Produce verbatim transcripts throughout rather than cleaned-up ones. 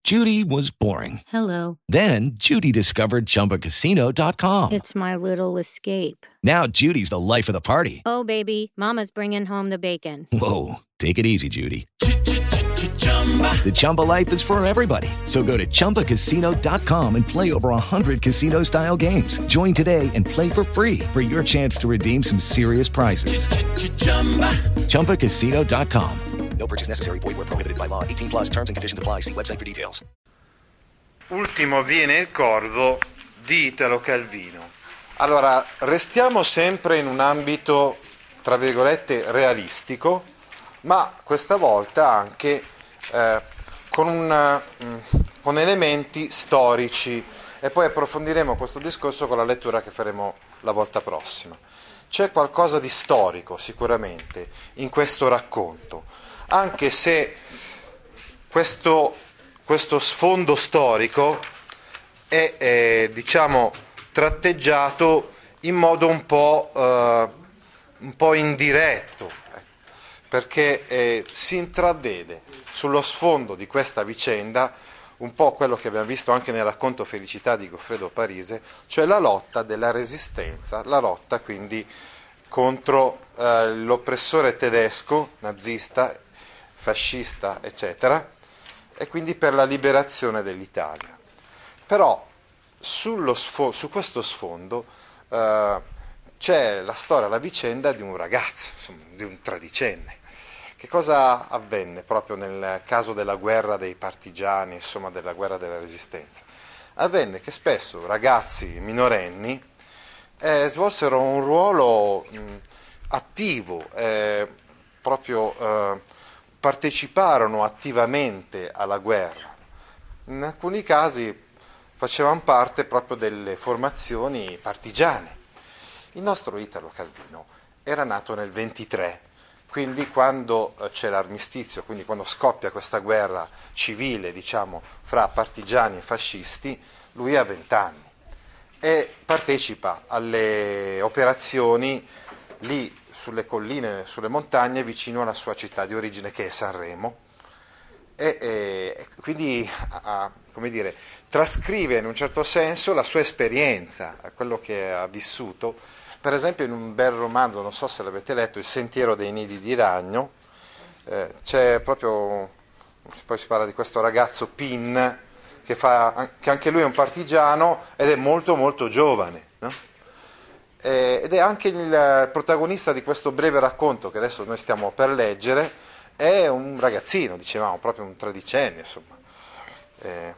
Judy was boring. Hello. Then Judy discovered Chumba Casino dot com. It's my little escape. Now Judy's the life of the party. Oh, baby, mama's bringing home the bacon. Whoa, take it easy, Judy. The Chumba life is for everybody. So go to Chumba Casino dot com and play over one hundred casino-style games. Join today and play for free for your chance to redeem some serious prizes. Chumba Casino dot com. No purchase necessary. Void where prohibited by law. eighteen plus terms and conditions apply. See website for details. Ultimo viene il corvo di Italo Calvino. Allora, restiamo sempre in un ambito, tra virgolette, realistico, ma questa volta anche eh, con, un, mh, con elementi storici, e poi approfondiremo questo discorso con la lettura che faremo la volta prossima. C'è qualcosa di storico sicuramente in questo racconto, anche se questo, questo sfondo storico è, è diciamo tratteggiato in modo un po', eh, un po' indiretto, perché eh, si intravede sullo sfondo di questa vicenda un po' quello che abbiamo visto anche nel racconto Felicità di Goffredo Parise, cioè la lotta della resistenza, la lotta quindi contro eh, l'oppressore tedesco, nazista, fascista, eccetera, e quindi per la liberazione dell'Italia. Però sullo sfo- su questo sfondo eh, c'è la storia, la vicenda di un ragazzo, insomma, di un tredicenne. Che cosa avvenne proprio nel caso della guerra dei partigiani, insomma della guerra della resistenza? Avvenne che spesso ragazzi minorenni eh, svolsero un ruolo mh, attivo, eh, proprio eh, parteciparono attivamente alla guerra. In alcuni casi facevano parte proprio delle formazioni partigiane. Il nostro Italo Calvino era nato nel ventitré, quindi quando c'è l'armistizio, quindi quando scoppia questa guerra civile, diciamo, fra partigiani e fascisti, lui ha venti anni e partecipa alle operazioni lì sulle colline, sulle montagne, vicino alla sua città di origine che è Sanremo, e, e quindi a, come dire, trascrive in un certo senso la sua esperienza, quello che ha vissuto. Per esempio in un bel romanzo, non so se l'avete letto, Il sentiero dei nidi di ragno, eh, c'è proprio, poi si parla di questo ragazzo Pin, che, fa, che anche lui è un partigiano ed è molto molto giovane, no? eh, ed è anche il protagonista di questo breve racconto che adesso noi stiamo per leggere, è un ragazzino, dicevamo, proprio un tredicenne, insomma. Eh,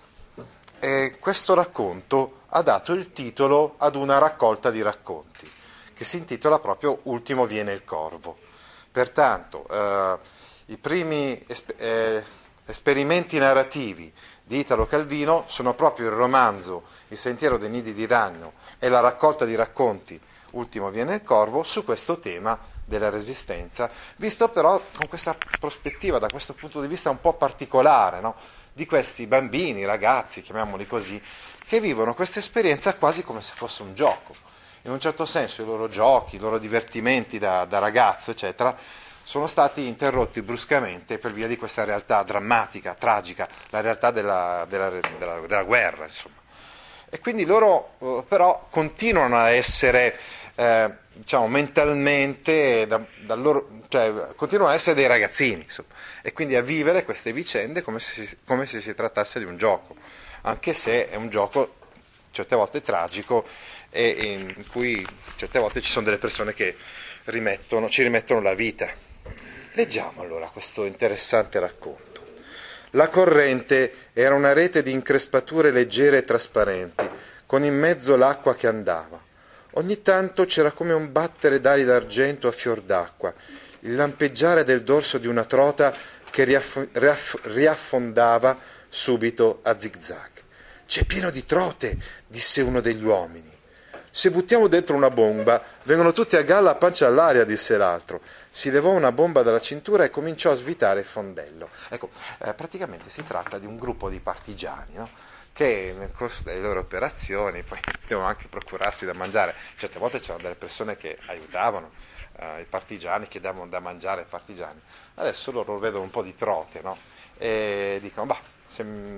e questo racconto ha dato il titolo ad una raccolta di racconti, che si intitola proprio Ultimo viene il corvo. Pertanto eh, i primi esper- eh, esperimenti narrativi di Italo Calvino sono proprio il romanzo Il sentiero dei nidi di ragno e la raccolta di racconti Ultimo viene il corvo su questo tema della resistenza, visto però con questa prospettiva, da questo punto di vista un po' particolare, no? Di questi bambini, ragazzi, chiamiamoli così, che vivono questa esperienza quasi come se fosse un gioco. In un certo senso i loro giochi, i loro divertimenti da, da ragazzo, eccetera, sono stati interrotti bruscamente per via di questa realtà drammatica, tragica, la realtà della, della, della, della guerra, insomma. E quindi loro eh, però continuano a essere, eh, diciamo, mentalmente, da, da loro, cioè, continuano a essere dei ragazzini, insomma, e quindi a vivere queste vicende come se, si, come se si trattasse di un gioco, anche se è un gioco certe volte tragico e in cui certe volte ci sono delle persone che rimettono, ci rimettono la vita. Leggiamo allora questo interessante racconto. La corrente era una rete di increspature leggere e trasparenti, con in mezzo l'acqua che andava. Ogni tanto c'era come un battere d'ali d'argento a fior d'acqua, il lampeggiare del dorso di una trota che riaff- riaff- riaffondava subito a zigzag. «C'è pieno di trote», disse uno degli uomini. «Se buttiamo dentro una bomba, vengono tutti a galla a pancia all'aria», disse l'altro. Si levò una bomba dalla cintura e cominciò a svitare il fondello. Ecco, eh, praticamente si tratta di un gruppo di partigiani, no? Che nel corso delle loro operazioni poi devono anche procurarsi da mangiare. Certe volte c'erano delle persone che aiutavano eh, i partigiani, che davano da mangiare ai partigiani. Adesso loro vedono un po' di trote, no? E dicono, bah, se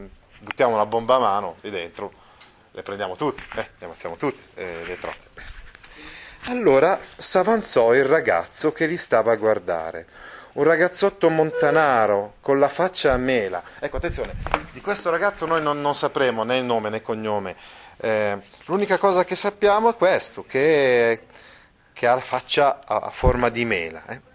buttiamo una bomba a mano lì dentro, le prendiamo tutte, eh, le ammazziamo tutte, eh, le trote. Allora s'avanzò il ragazzo che li stava a guardare, un ragazzotto montanaro con la faccia a mela. Ecco, attenzione, di questo ragazzo noi non, non sapremo né il nome né il cognome, eh, l'unica cosa che sappiamo è questo, che, che ha la faccia a, a forma di mela. Eh.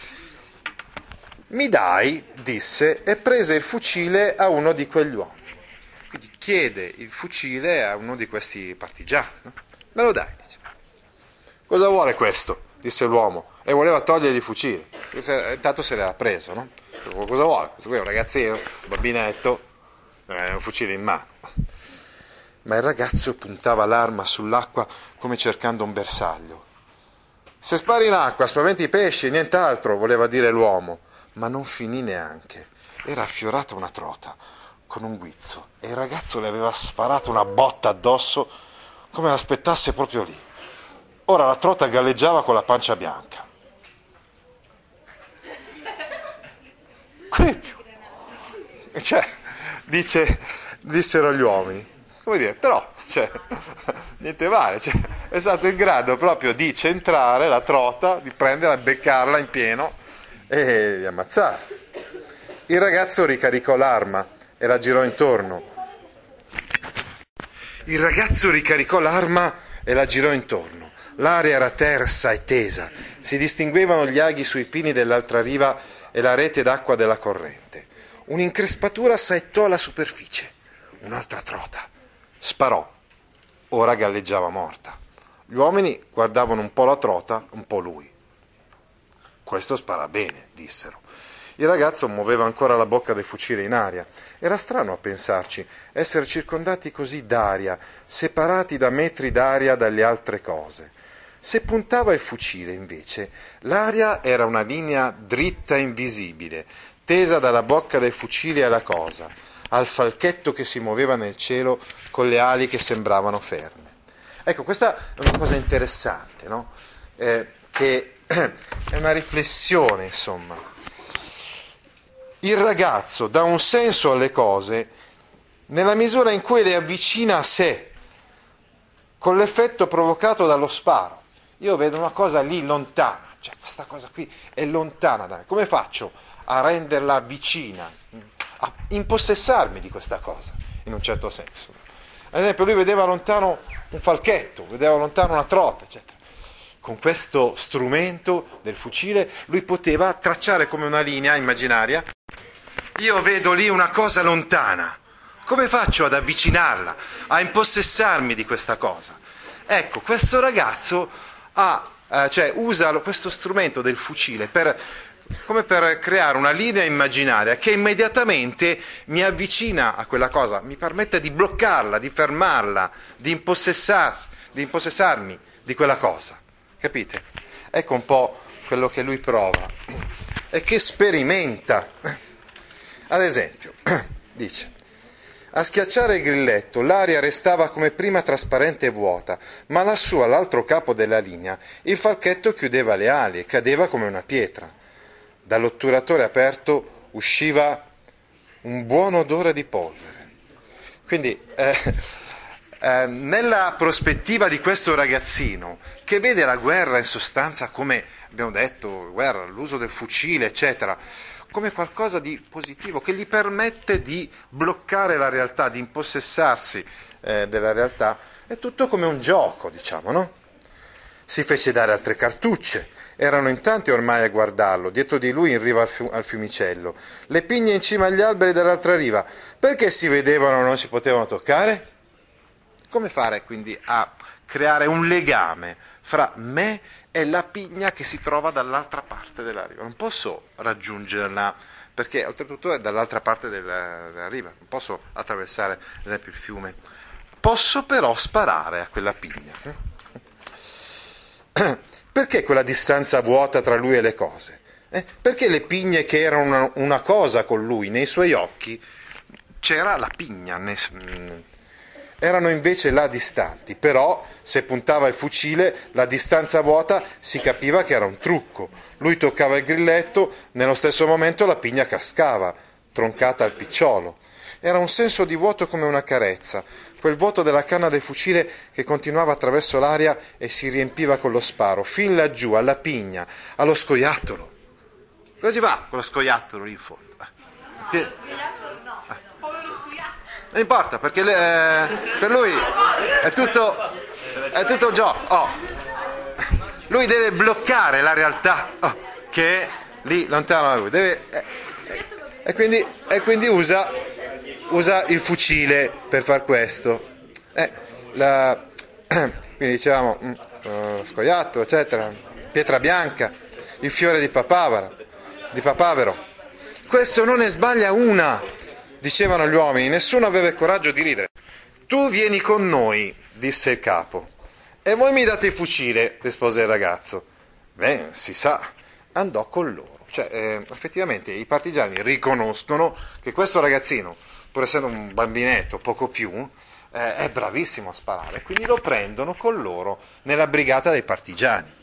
Mi dai, disse, e prese il fucile a uno di quegli uomini. Quindi chiede il fucile a uno di questi partigiani. No? Me lo dai, dice. Cosa vuole questo? Disse l'uomo, e voleva togliergli il fucile. Intanto se l'era preso, no? Cosa vuole? Questo qui è un ragazzino, un bambinetto, eh, un fucile in mano. Ma il ragazzo puntava l'arma sull'acqua come cercando un bersaglio. Se spari in acqua, spaventi i pesci e nient'altro, voleva dire l'uomo. Ma non finì neanche. Era affiorata una trota con un guizzo e il ragazzo le aveva sparato una botta addosso come l'aspettasse proprio lì. Ora la trota galleggiava con la pancia bianca. Crepio. Cioè, dice, dissero gli uomini. Come dire, però, cioè, niente male. Cioè, è stato in grado proprio di centrare la trota, di prenderla, beccarla in pieno e di ammazzare. Il ragazzo ricaricò l'arma e la girò intorno. Il ragazzo ricaricò l'arma e la girò intorno. L'aria era tersa e tesa, si distinguevano gli aghi sui pini dell'altra riva e la rete d'acqua della corrente. Un'increspatura saettò alla superficie. Un'altra trota. Sparò. Ora galleggiava morta. Gli uomini guardavano un po' la trota, un po' lui. Questo spara bene, dissero. Il ragazzo muoveva ancora la bocca del fucile in aria. Era strano a pensarci, essere circondati così d'aria, separati da metri d'aria dalle altre cose. Se puntava il fucile, invece, l'aria era una linea dritta e invisibile, tesa dalla bocca del fucile alla cosa, al falchetto che si muoveva nel cielo con le ali che sembravano ferme. Ecco, questa è una cosa interessante, no? Eh, che è una riflessione, insomma. Il ragazzo dà un senso alle cose nella misura in cui le avvicina a sé, con l'effetto provocato dallo sparo. Io vedo una cosa lì lontana, cioè questa cosa qui è lontana da me. Come faccio a renderla vicina, a impossessarmi di questa cosa, in un certo senso? Ad esempio, lui vedeva lontano un falchetto, vedeva lontano una trota, eccetera. Con questo strumento del fucile lui poteva tracciare come una linea immaginaria. Io vedo lì una cosa lontana, come faccio ad avvicinarla, a impossessarmi di questa cosa? Ecco, questo ragazzo ha, eh, cioè, usa questo strumento del fucile per, come per creare una linea immaginaria che immediatamente mi avvicina a quella cosa, mi permette di bloccarla, di fermarla, di impossessarsi, di impossessarmi di quella cosa. Capite? Ecco un po' quello che lui prova e che sperimenta. Ad esempio, dice, a schiacciare il grilletto l'aria restava come prima trasparente e vuota, ma lassù all'altro capo della linea il falchetto chiudeva le ali e cadeva come una pietra. Dall'otturatore aperto usciva un buon odore di polvere. Quindi eh, Eh, nella prospettiva di questo ragazzino che vede la guerra in sostanza come abbiamo detto, guerra, l'uso del fucile eccetera, come qualcosa di positivo che gli permette di bloccare la realtà, di impossessarsi eh, della realtà, è tutto come un gioco, diciamo, no? Si fece dare altre cartucce, erano in tanti ormai a guardarlo, dietro di lui in riva al, fiu- al fiumicello, le pigne in cima agli alberi dell'altra riva, perché si vedevano e non si potevano toccare? Come fare quindi a creare un legame fra me e la pigna che si trova dall'altra parte della riva? Non posso raggiungerla, perché oltretutto è dall'altra parte della, della riva, non posso attraversare ad esempio il fiume. Posso però sparare a quella pigna. Perché quella distanza vuota tra lui e le cose? Eh? Perché le pigne che erano una, una cosa con lui, nei suoi occhi, c'era la pigna, ne, erano invece là distanti, però se puntava il fucile la distanza vuota si capiva che era un trucco. Lui toccava il grilletto, nello stesso momento la pigna cascava, troncata al picciolo. Era un senso di vuoto come una carezza, quel vuoto della canna del fucile che continuava attraverso l'aria e si riempiva con lo sparo, fin laggiù, alla pigna, allo scoiattolo. Cosa ci va quello scoiattolo lì in fondo? Che... Non importa, perché eh, per lui è tutto, è tutto gioco. Oh. Lui deve bloccare la realtà oh, che è lì lontano da lui. Deve, eh, eh, e quindi, e quindi usa, usa il fucile per far questo. Eh, la, quindi dicevamo uh, scoiattolo, eccetera, pietra bianca, il fiore di papavera, di papavero. Questo non ne sbaglia una. Dicevano gli uomini, nessuno aveva il coraggio di ridere. Tu vieni con noi, disse il capo. E voi mi date il fucile, rispose il ragazzo. Beh, si sa, andò con loro. Cioè, eh, effettivamente i partigiani riconoscono che questo ragazzino, pur essendo un bambinetto, poco più, eh, è bravissimo a sparare. Quindi lo prendono con loro nella brigata dei partigiani.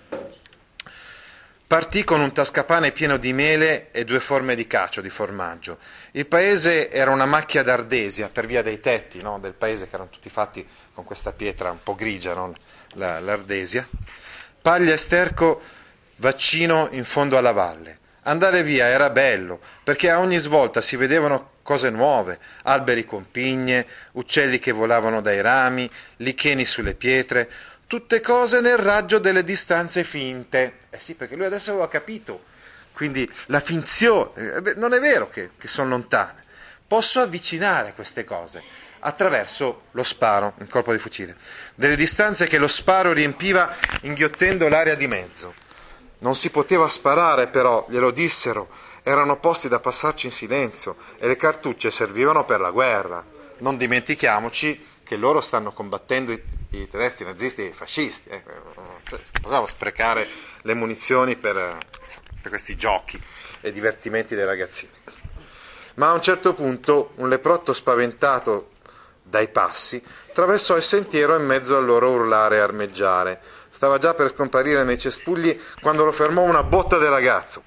Partì con un tascapane pieno di mele e due forme di cacio, di formaggio. Il paese era una macchia d'ardesia per via dei tetti, no, del paese, che erano tutti fatti con questa pietra un po' grigia, no, la, l'ardesia. Paglia e sterco, vaccino in fondo alla valle. Andare via era bello, perché a ogni svolta si vedevano cose nuove, alberi con pigne, uccelli che volavano dai rami, licheni sulle pietre, tutte cose nel raggio delle distanze finte. Eh sì, perché lui adesso aveva capito, quindi la finzione, eh, non è vero che, che sono lontane, posso avvicinare queste cose attraverso lo sparo, un colpo di fucile, delle distanze che lo sparo riempiva inghiottendo l'aria di mezzo. Non si poteva sparare però, glielo dissero, erano posti da passarci in silenzio e le cartucce servivano per la guerra. Non dimentichiamoci che loro stanno combattendo i, i tedeschi, i nazisti e i fascisti. Eh. Non possiamo sprecare le munizioni per, per questi giochi e divertimenti dei ragazzini. Ma a un certo punto un leprotto spaventato dai passi attraversò il sentiero in mezzo al loro urlare e armeggiare. Stava già per scomparire nei cespugli quando lo fermò una botta del ragazzo.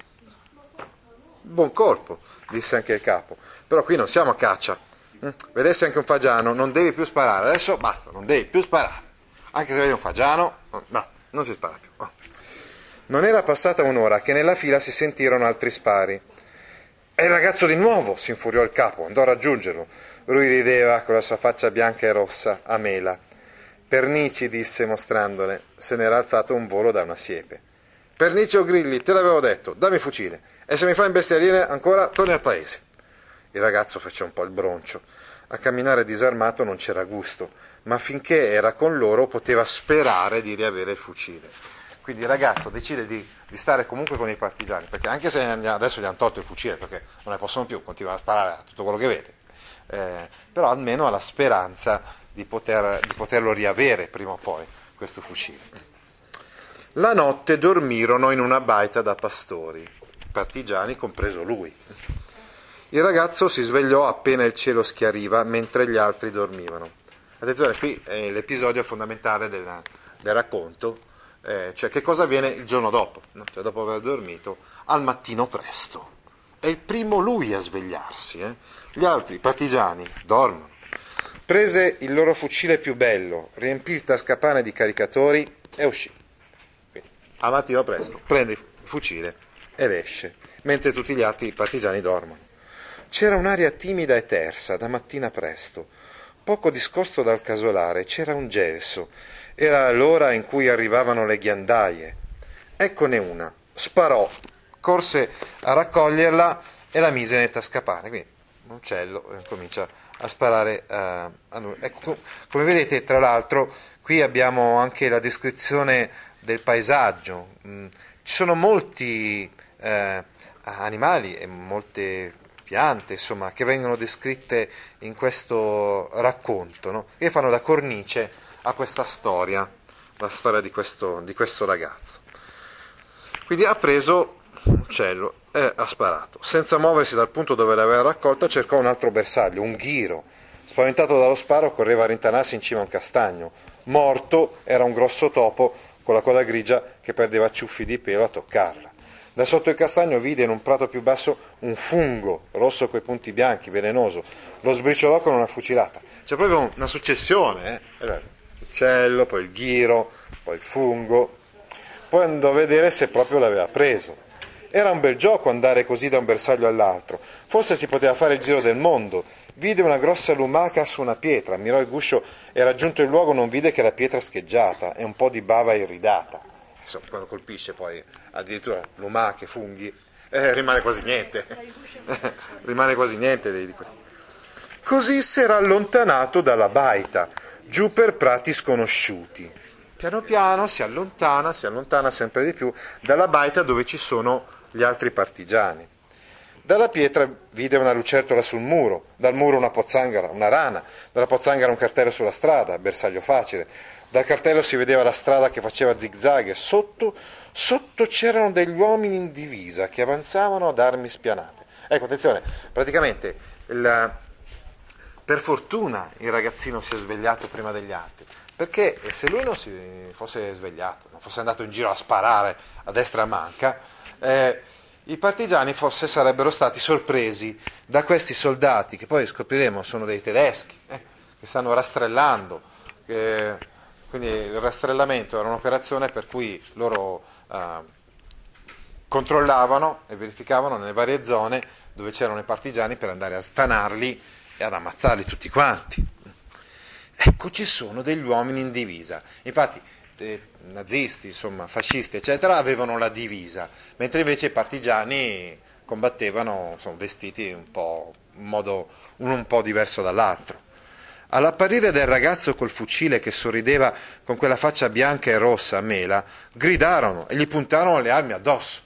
Buon colpo, disse anche il capo, però qui non siamo a caccia. Vedessi anche un fagiano, non devi più sparare, adesso basta, non devi più sparare. Anche se vedi un fagiano, no, non si spara più. Oh. Non era passata un'ora che nella fila si sentirono altri spari. È il ragazzo di nuovo, si infuriò il capo, andò a raggiungerlo. Lui rideva con la sua faccia bianca e rossa, a mela. Pernici, disse mostrandole, se n'era alzato un volo da una siepe. Pernici o grilli, te l'avevo detto, dammi il fucile, e se mi fa imbestialire ancora, torni al paese. Il ragazzo fece un po' il broncio. A camminare disarmato non c'era gusto, ma finché era con loro poteva sperare di riavere il fucile. Quindi il ragazzo decide di, di stare comunque con i partigiani, perché anche se adesso gli hanno tolto il fucile, perché non ne possono più, continuano a sparare a tutto quello che vede, eh, però almeno ha la speranza di, poter, di poterlo riavere prima o poi, questo fucile. La notte dormirono in una baita da pastori, partigiani compreso lui. Il ragazzo si svegliò appena il cielo schiariva, mentre gli altri dormivano. Attenzione, qui è l'episodio fondamentale del, del racconto, eh, cioè che cosa avviene il giorno dopo, no? Cioè dopo aver dormito, al mattino presto. È il primo lui a svegliarsi, eh? Gli altri partigiani dormono. Prese il loro fucile più bello, riempì il tascapane di caricatori e uscì. Quindi, al mattino presto, prende il fucile ed esce, mentre tutti gli altri partigiani dormono. C'era un'aria timida e tersa da mattina presto. Poco discosto dal casolare c'era un gelso. Era l'ora in cui arrivavano le ghiandaie. Eccone una. Sparò, corse a raccoglierla e la mise nel tascapane. Quindi un uccello eh, comincia a sparare uh, a lui. Ecco, come vedete, tra l'altro, qui abbiamo anche la descrizione del paesaggio. Mm, ci sono molti eh, animali e molte piante, insomma, che vengono descritte in questo racconto, no? Che fanno da cornice a questa storia, la storia di questo, di questo ragazzo. Quindi ha preso un uccello e ha sparato. Senza muoversi dal punto dove l'aveva raccolta, cercò un altro bersaglio, un ghiro. Spaventato dallo sparo, correva a rintanarsi in cima a un castagno. Morto era un grosso topo con la coda grigia che perdeva ciuffi di pelo a toccarla. Da sotto il castagno vide in un prato più basso un fungo rosso coi punti bianchi, velenoso. Lo sbriciolò con una fucilata. C'è proprio una successione, eh? L'uccello, poi il ghiro, poi il fungo. Poi andò a vedere se proprio l'aveva preso. Era un bel gioco andare così da un bersaglio all'altro. Forse si poteva fare il giro del mondo. Vide una grossa lumaca su una pietra, mirò il guscio e raggiunto il luogo non vide che la pietra scheggiata e un po' di bava irridata. Insomma, quando colpisce poi addirittura lumache, funghi, eh, rimane quasi niente. rimane quasi niente di questo. Così si era allontanato dalla baita, giù per prati sconosciuti. Piano piano si allontana, si allontana sempre di più dalla baita dove ci sono gli altri partigiani. Dalla pietra vide una lucertola sul muro, dal muro una pozzanghera, una rana, dalla pozzanghera un cartello sulla strada, bersaglio facile. Dal cartello si vedeva la strada che faceva zigzag e sotto, sotto c'erano degli uomini in divisa che avanzavano ad armi spianate. Ecco, attenzione, praticamente il, per fortuna il ragazzino si è svegliato prima degli altri, perché se lui non si fosse svegliato, non fosse andato in giro a sparare a destra e a manca, eh, i partigiani forse sarebbero stati sorpresi da questi soldati, che poi scopriremo sono dei tedeschi, eh, che stanno rastrellando, che, quindi il rastrellamento era un'operazione per cui loro eh, controllavano e verificavano nelle varie zone dove c'erano i partigiani per andare a stanarli e ad ammazzarli tutti quanti. Ecco, ci sono degli uomini in divisa. Infatti, eh, nazisti, insomma, fascisti, eccetera, avevano la divisa, mentre invece i partigiani combattevano, insomma, vestiti un po' in modo uno un po' diverso dall'altro. All'apparire del ragazzo col fucile che sorrideva con quella faccia bianca e rossa a mela, gridarono e gli puntarono le armi addosso.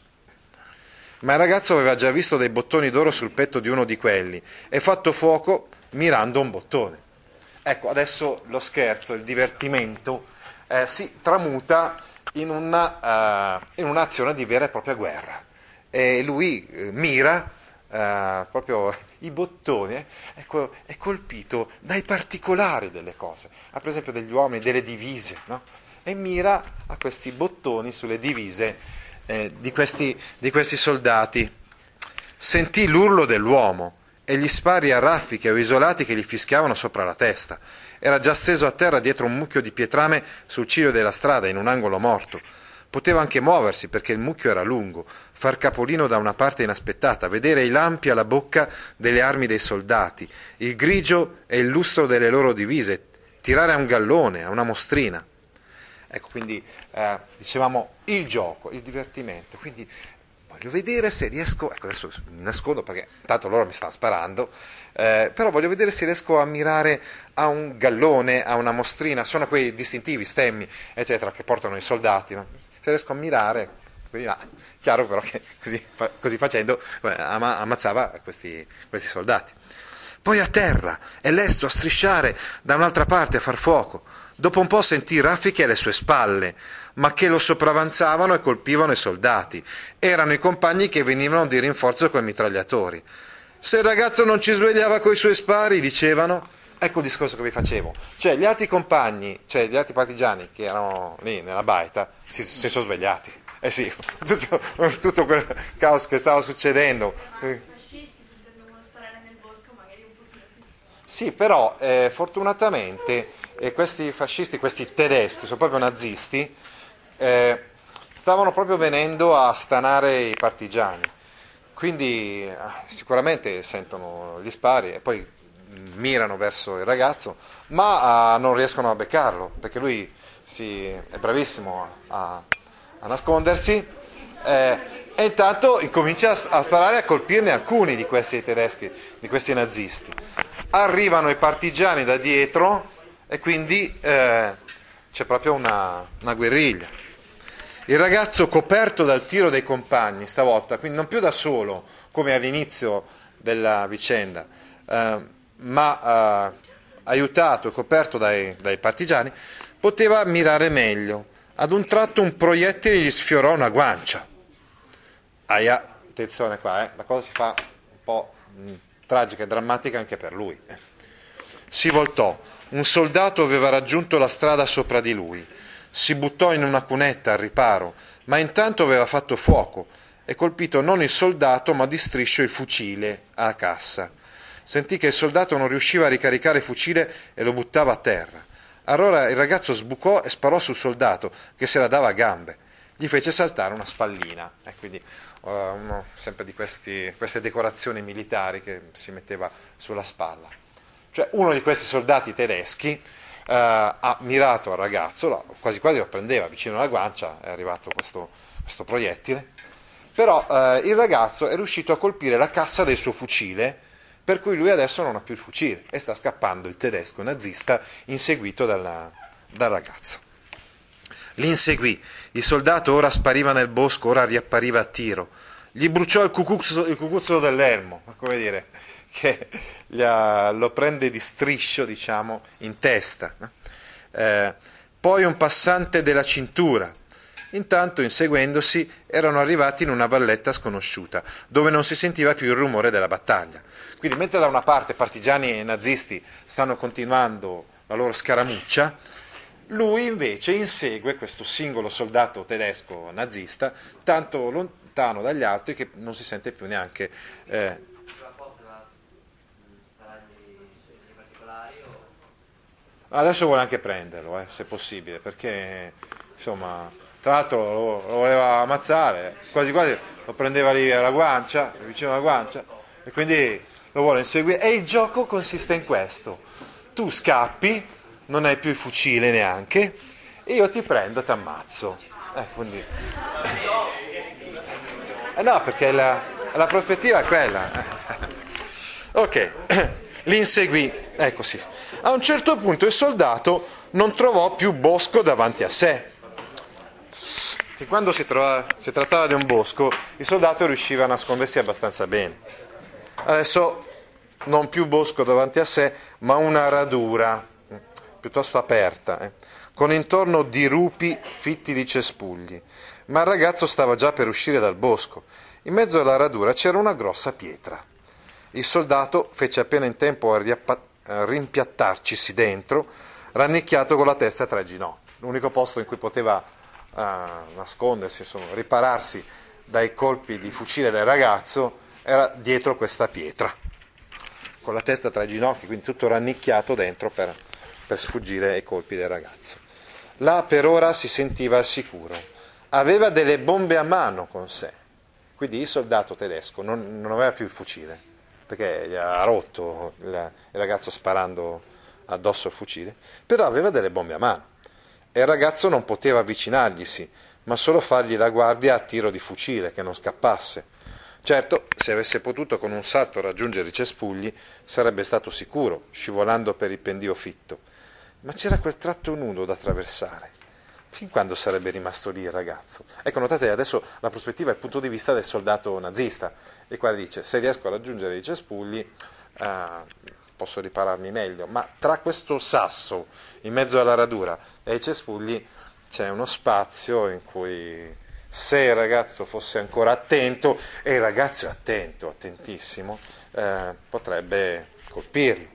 Ma il ragazzo aveva già visto dei bottoni d'oro sul petto di uno di quelli e fatto fuoco mirando un bottone. Ecco, adesso lo scherzo, il divertimento eh, si tramuta in, una, uh, in un'azione di vera e propria guerra. E lui eh, mira uh, proprio i bottoni, eh, è, co- è colpito dai particolari delle cose, ha per esempio degli uomini, delle divise, no? E mira a questi bottoni sulle divise eh, di, questi, di questi soldati. Sentì l'urlo dell'uomo e gli spari a raffiche o isolati che gli fischiavano sopra la testa. Era già steso a terra dietro un mucchio di pietrame sul ciglio della strada, in un angolo morto. Poteva anche muoversi perché il mucchio era lungo, far capolino da una parte inaspettata, vedere i lampi alla bocca delle armi dei soldati, il grigio e il lustro delle loro divise, tirare a un gallone, a una mostrina. Ecco, quindi eh, dicevamo il gioco, il divertimento, quindi voglio vedere se riesco, ecco adesso mi nascondo perché intanto loro mi stanno sparando, eh, però voglio vedere se riesco a mirare a un gallone, a una mostrina, sono quei distintivi, stemmi, eccetera, che portano i soldati, no? Se riesco a mirare, là, chiaro però che così, così facendo eh, ammazzava questi, questi soldati. Poi a terra, e lesto a strisciare da un'altra parte a far fuoco. Dopo un po' sentì raffiche alle sue spalle, ma che lo sopravanzavano e colpivano i soldati. Erano i compagni che venivano di rinforzo con i mitragliatori. Se il ragazzo non ci svegliava coi suoi spari, dicevano, ecco il discorso che vi facevo, cioè gli altri compagni, cioè gli altri partigiani che erano lì nella baita, si, si sono svegliati. Eh sì, tutto, tutto quel caos che stava succedendo. Sì, però eh, fortunatamente eh, questi fascisti, questi tedeschi, sono proprio nazisti, eh, stavano proprio venendo a stanare i partigiani, quindi eh, sicuramente sentono gli spari e poi mirano verso il ragazzo, ma eh, non riescono a beccarlo, perché lui si, è bravissimo a, a nascondersi, eh, e intanto incomincia a, a sparare e a colpirne alcuni di questi tedeschi, di questi nazisti. Arrivano i partigiani da dietro e quindi eh, c'è proprio una, una guerriglia. Il ragazzo, coperto dal tiro dei compagni, stavolta, quindi non più da solo come all'inizio della vicenda, eh, ma eh, aiutato e coperto dai, dai partigiani, poteva mirare meglio. Ad un tratto un proiettile gli sfiorò una guancia. Aia, attenzione qua, eh, la cosa si fa un po' mh, tragica e drammatica anche per lui. Si voltò. Un soldato aveva raggiunto la strada sopra di lui. Si buttò in una cunetta al riparo, ma intanto aveva fatto fuoco e colpito non il soldato ma di striscio il fucile alla cassa. Sentì che il soldato non riusciva a ricaricare il fucile e lo buttava a terra. Allora il ragazzo sbucò e sparò sul soldato che se la dava a gambe. Gli fece saltare una spallina. E quindi uh, uno, sempre di questi, queste decorazioni militari che si metteva sulla spalla. Cioè uno di questi soldati tedeschi uh, ha mirato al ragazzo, quasi quasi lo prendeva vicino alla guancia, è arrivato questo, questo proiettile, però uh, il ragazzo è riuscito a colpire la cassa del suo fucile, per cui lui adesso non ha più il fucile e sta scappando il tedesco nazista inseguito dalla, dal ragazzo. L'inseguì, il soldato ora spariva nel bosco, ora riappariva a tiro, gli bruciò il cucuzzolo, il cucuzzolo dell'elmo, come dire, che gli ha, lo prende di striscio, diciamo, in testa, no? eh, poi un passante della cintura. Intanto, inseguendosi, erano arrivati in una valletta sconosciuta, dove non si sentiva più il rumore della battaglia. Quindi, mentre da una parte partigiani e nazisti stanno continuando la loro scaramuccia, lui invece insegue questo singolo soldato tedesco nazista, tanto lontano dagli altri che non si sente più neanche... Eh, adesso vuole anche prenderlo, eh, se possibile, perché, insomma... Tra l'altro lo, lo voleva ammazzare, quasi quasi lo prendeva lì alla guancia, vicino alla guancia, e quindi lo vuole inseguire. E il gioco consiste in questo: tu scappi, non hai più il fucile neanche, e io ti prendo e ti ammazzo. Eh, quindi... eh no, perché la, la prospettiva è quella. Ok, li inseguì, ecco sì. A un certo punto il soldato non trovò più bosco davanti a sé. Che quando si, trova, si trattava di un bosco, il soldato riusciva a nascondersi abbastanza bene. Adesso non più bosco davanti a sé, ma una radura piuttosto aperta, eh, con intorno dirupi fitti di cespugli. Ma il ragazzo stava già per uscire dal bosco. In mezzo alla radura c'era una grossa pietra. Il soldato fece appena in tempo a, riappa- a rimpiattarcisi dentro, rannicchiato con la testa tra i ginocchi. L'unico posto in cui poteva a nascondersi, insomma, ripararsi dai colpi di fucile del ragazzo era dietro questa pietra, con la testa tra i ginocchi, quindi tutto rannicchiato dentro per, per sfuggire ai colpi del ragazzo. Là per ora si sentiva al sicuro, aveva delle bombe a mano con sé, quindi il soldato tedesco non, non aveva più il fucile, perché gli ha rotto il, il ragazzo sparando addosso al fucile, però aveva delle bombe a mano. E il ragazzo non poteva avvicinarglisi, ma solo fargli la guardia a tiro di fucile, che non scappasse. Certo, se avesse potuto con un salto raggiungere i cespugli, sarebbe stato sicuro, scivolando per il pendio fitto. Ma c'era quel tratto nudo da attraversare. Fin quando sarebbe rimasto lì il ragazzo? Ecco, notate adesso la prospettiva è il punto di vista del soldato nazista, e qua dice: se riesco a raggiungere i cespugli... Eh, posso ripararmi meglio, ma tra questo sasso in mezzo alla radura e i cespugli c'è uno spazio in cui, se il ragazzo fosse ancora attento, e il ragazzo è attento, attentissimo, eh, potrebbe colpirlo.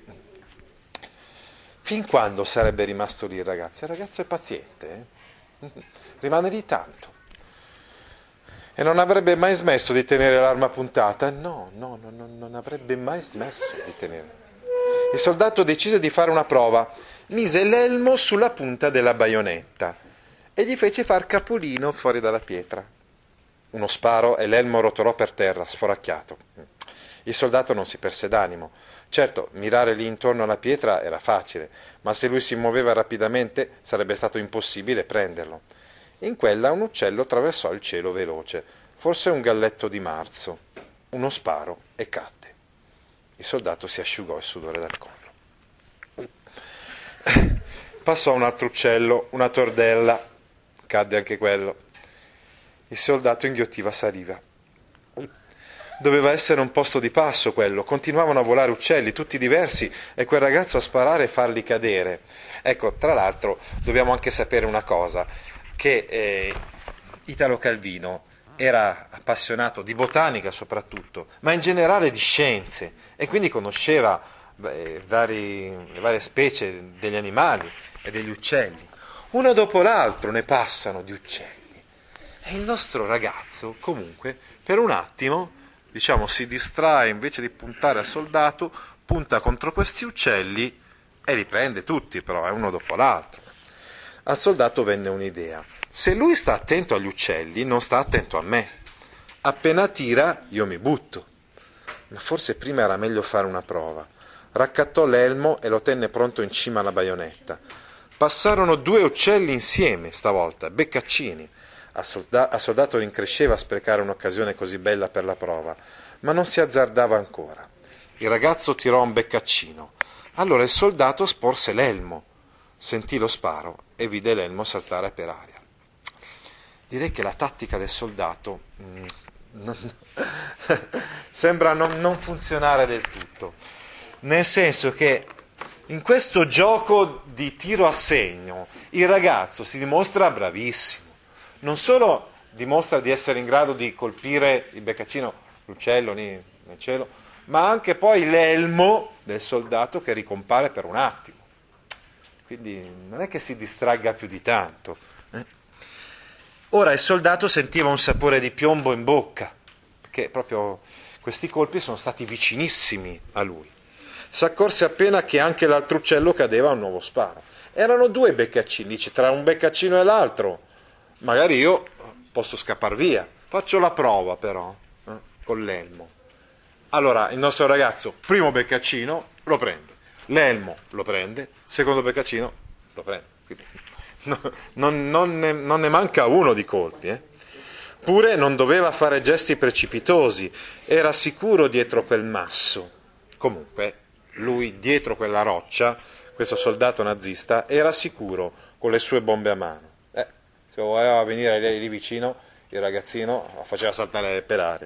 Fin quando sarebbe rimasto lì il ragazzo? Il ragazzo è paziente, eh? Rimane lì tanto. E non avrebbe mai smesso di tenere l'arma puntata? No, no, no, no, non avrebbe mai smesso di tenere. Il soldato decise di fare una prova, mise l'elmo sulla punta della baionetta e gli fece far capolino fuori dalla pietra. Uno sparo e l'elmo rotolò per terra, sforacchiato. Il soldato non si perse d'animo. Certo, mirare lì intorno alla pietra era facile, ma se lui si muoveva rapidamente sarebbe stato impossibile prenderlo. In quella un uccello attraversò il cielo veloce, forse un galletto di marzo. Uno sparo e cadde. Il soldato si asciugò il sudore dal collo. Passò un altro uccello, una tordella, cadde anche quello. Il soldato inghiottiva saliva. Doveva essere un posto di passo quello, continuavano a volare uccelli, tutti diversi, e quel ragazzo a sparare e farli cadere. Ecco, tra l'altro dobbiamo anche sapere una cosa, che eh, Italo Calvino era appassionato di botanica soprattutto, ma in generale di scienze, e quindi conosceva beh, vari, le varie specie degli animali e degli uccelli. Uno dopo l'altro ne passano di uccelli. E il nostro ragazzo, comunque, per un attimo, diciamo, si distrae, invece di puntare al soldato, punta contro questi uccelli e li prende tutti, però, è uno dopo l'altro. Al soldato venne un'idea. Se lui sta attento agli uccelli, non sta attento a me. Appena tira, io mi butto. Ma forse prima era meglio fare una prova. Raccattò l'elmo e lo tenne pronto in cima alla baionetta. Passarono due uccelli insieme, stavolta, beccaccini. A solda- a soldato rincresceva sprecare un'occasione così bella per la prova, ma non si azzardava ancora. Il ragazzo tirò un beccaccino. Allora il soldato sporse l'elmo, sentì lo sparo e vide l'elmo saltare per aria. Direi che la tattica del soldato mm, non, sembra non, non funzionare del tutto, nel senso che in questo gioco di tiro a segno il ragazzo si dimostra bravissimo, non solo dimostra di essere in grado di colpire il beccaccino, l'uccello lì nel cielo, ma anche poi l'elmo del soldato che ricompare per un attimo. Quindi non è che si distragga più di tanto. Eh? Ora il soldato sentiva un sapore di piombo in bocca, perché proprio questi colpi sono stati vicinissimi a lui. Si accorse appena che anche l'altro uccello cadeva a un nuovo sparo. Erano due beccaccini, dice, tra un beccaccino e l'altro magari io posso scappar via. Faccio la prova però, eh, con l'elmo. Allora il nostro ragazzo, primo beccaccino, lo prende, l'elmo lo prende, secondo beccaccino lo prende. Quindi, no, non, non, ne, non ne manca uno di colpi. Eh. Pure non doveva fare gesti precipitosi, era sicuro dietro quel masso. Comunque, lui dietro quella roccia, questo soldato nazista, era sicuro con le sue bombe a mano. Eh, se voleva venire lì, lì vicino, il ragazzino lo faceva saltare per aria.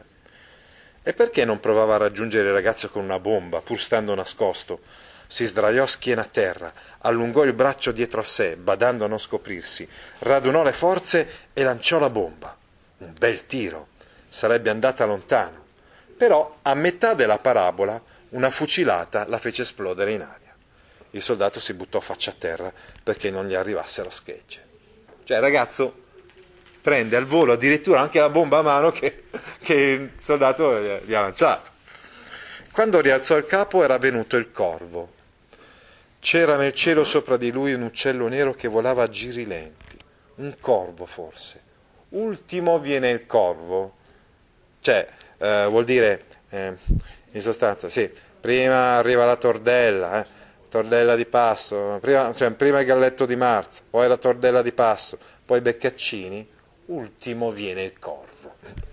E perché non provava a raggiungere il ragazzo con una bomba, pur stando nascosto? Si sdraiò a schiena a terra, allungò il braccio dietro a sé, badando a non scoprirsi, radunò le forze e lanciò la bomba. Un bel tiro, sarebbe andata lontano. Però, a metà della parabola, una fucilata la fece esplodere in aria. Il soldato si buttò faccia a terra perché non gli arrivasse lo schegge. Cioè il ragazzo prende al volo addirittura anche la bomba a mano che, che il soldato gli ha lanciato. Quando rialzò il capo era venuto il corvo. C'era nel cielo sopra di lui un uccello nero che volava a giri lenti. Un corvo forse. Ultimo viene il corvo. Cioè, eh, vuol dire, eh, in sostanza, sì, prima arriva la tordella, eh, tordella di passo, prima, cioè, prima il galletto di marzo, poi la tordella di passo, poi i beccaccini, ultimo viene il corvo.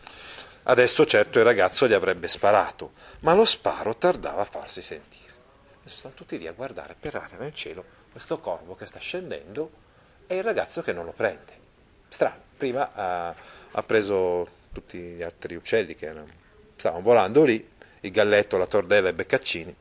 Adesso certo il ragazzo gli avrebbe sparato, ma lo sparo tardava a farsi sentire. Adesso stanno tutti lì a guardare per aria nel cielo questo corvo che sta scendendo e il ragazzo che non lo prende. Strano, prima ha, ha preso tutti gli altri uccelli che erano, stavano volando lì, il galletto, la tordella e i beccaccini,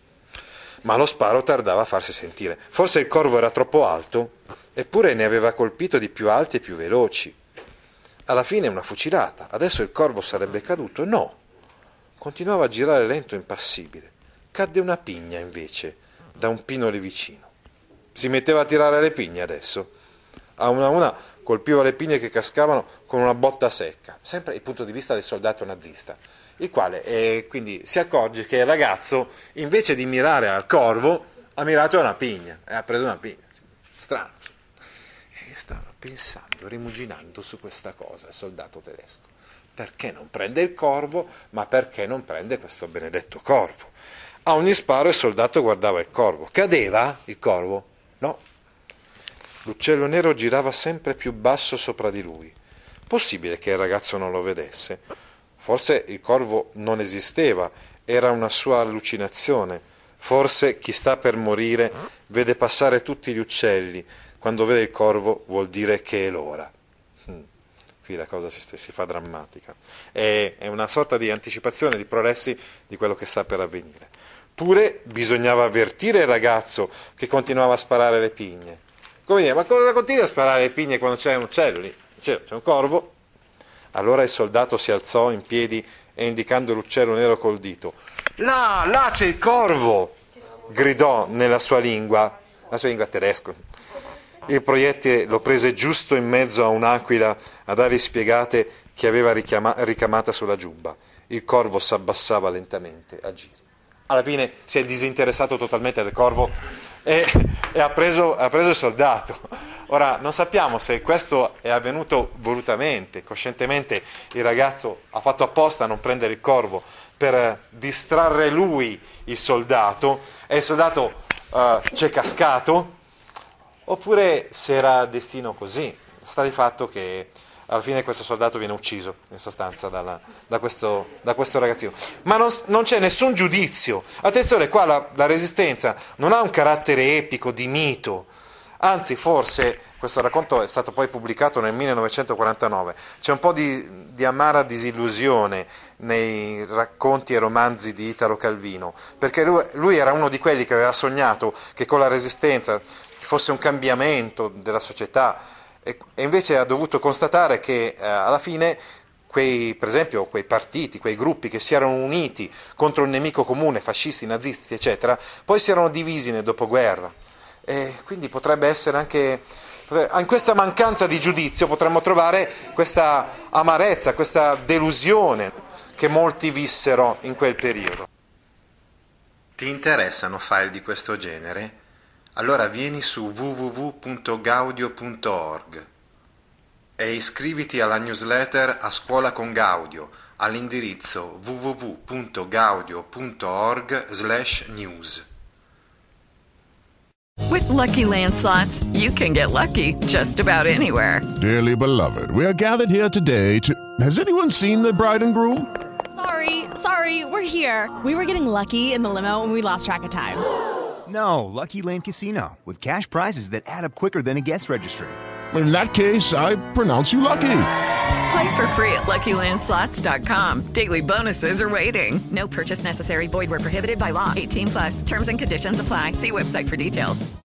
ma lo sparo tardava a farsi sentire. Forse il corvo era troppo alto, eppure ne aveva colpito di più alti e più veloci. Alla fine una fucilata, adesso il corvo sarebbe caduto? No, continuava a girare lento e impassibile. Cadde una pigna invece, da un pino lì vicino. Si metteva a tirare le pigne adesso. A una a una colpiva le pigne che cascavano con una botta secca, sempre il punto di vista del soldato nazista, il quale eh, quindi si accorge che il ragazzo, invece di mirare al corvo, ha mirato a una pigna, e ha preso una pigna. Strano. E stava pensando, rimuginando su questa cosa il soldato tedesco. Perché non prende il corvo, ma perché non prende questo benedetto corvo? A ogni sparo il soldato guardava il corvo. Cadeva il corvo? No. L'uccello nero girava sempre più basso sopra di lui. Possibile che il ragazzo non lo vedesse? Forse il corvo non esisteva, era una sua allucinazione. Forse chi sta per morire vede passare tutti gli uccelli. Quando vede il corvo vuol dire che è l'ora. Hmm. Qui la cosa si, si fa drammatica. È, è una sorta di anticipazione, di progressi di quello che sta per avvenire. Pure bisognava avvertire il ragazzo che continuava a sparare le pigne. Come dire, ma cosa continui a sparare le pigne quando c'è un uccello lì? C'è un corvo. Allora il soldato si alzò in piedi e indicando l'uccello nero col dito. Là, là c'è il corvo! Gridò nella sua lingua, la sua lingua tedesco. Il proiettile lo prese giusto in mezzo a un'aquila ad ali spiegate che aveva richiama- ricamata sulla giubba. Il corvo s'abbassava lentamente a giri. Alla fine si è disinteressato totalmente del corvo e, e ha, preso, ha preso il soldato. Ora, non sappiamo se questo è avvenuto volutamente, coscientemente il ragazzo ha fatto apposta a non prendere il corvo per distrarre lui il soldato e il soldato uh, c'è cascato, oppure se era destino così. Sta di fatto che alla fine questo soldato viene ucciso, in sostanza, dalla, da, questo, da questo ragazzino. Ma non, non c'è nessun giudizio. Attenzione, qua la, la Resistenza non ha un carattere epico, di mito. Anzi, forse, questo racconto è stato poi pubblicato nel millenovecentoquarantanove, c'è un po' di, di amara disillusione nei racconti e romanzi di Italo Calvino, perché lui, lui era uno di quelli che aveva sognato che con la Resistenza fosse un cambiamento della società, e invece ha dovuto constatare che eh, alla fine quei, per esempio, quei partiti, quei gruppi che si erano uniti contro un nemico comune, fascisti, nazisti, eccetera, poi si erano divisi nel dopoguerra. E quindi potrebbe essere anche, in questa mancanza di giudizio potremmo trovare questa amarezza, questa delusione che molti vissero in quel periodo. Ti interessano file di questo genere? Allora vieni su w w w punto gaudio punto org e iscriviti alla newsletter A Scuola con Gaudio all'indirizzo w w w punto gaudio punto org slash news. With Lucky Land Slots, you can get lucky just about anywhere. Dearly beloved, we are gathered here today to... Has anyone seen the bride and groom? Sorry, sorry, we're here. We were getting lucky in the limo and we lost track of time. No, Lucky Land Casino, with cash prizes that add up quicker than a guest registry. In that case, I pronounce you lucky. Play for free at lucky land slots dot com. Daily bonuses are waiting. No purchase necessary. Void where prohibited by law. eighteen plus. Terms and conditions apply. See website for details.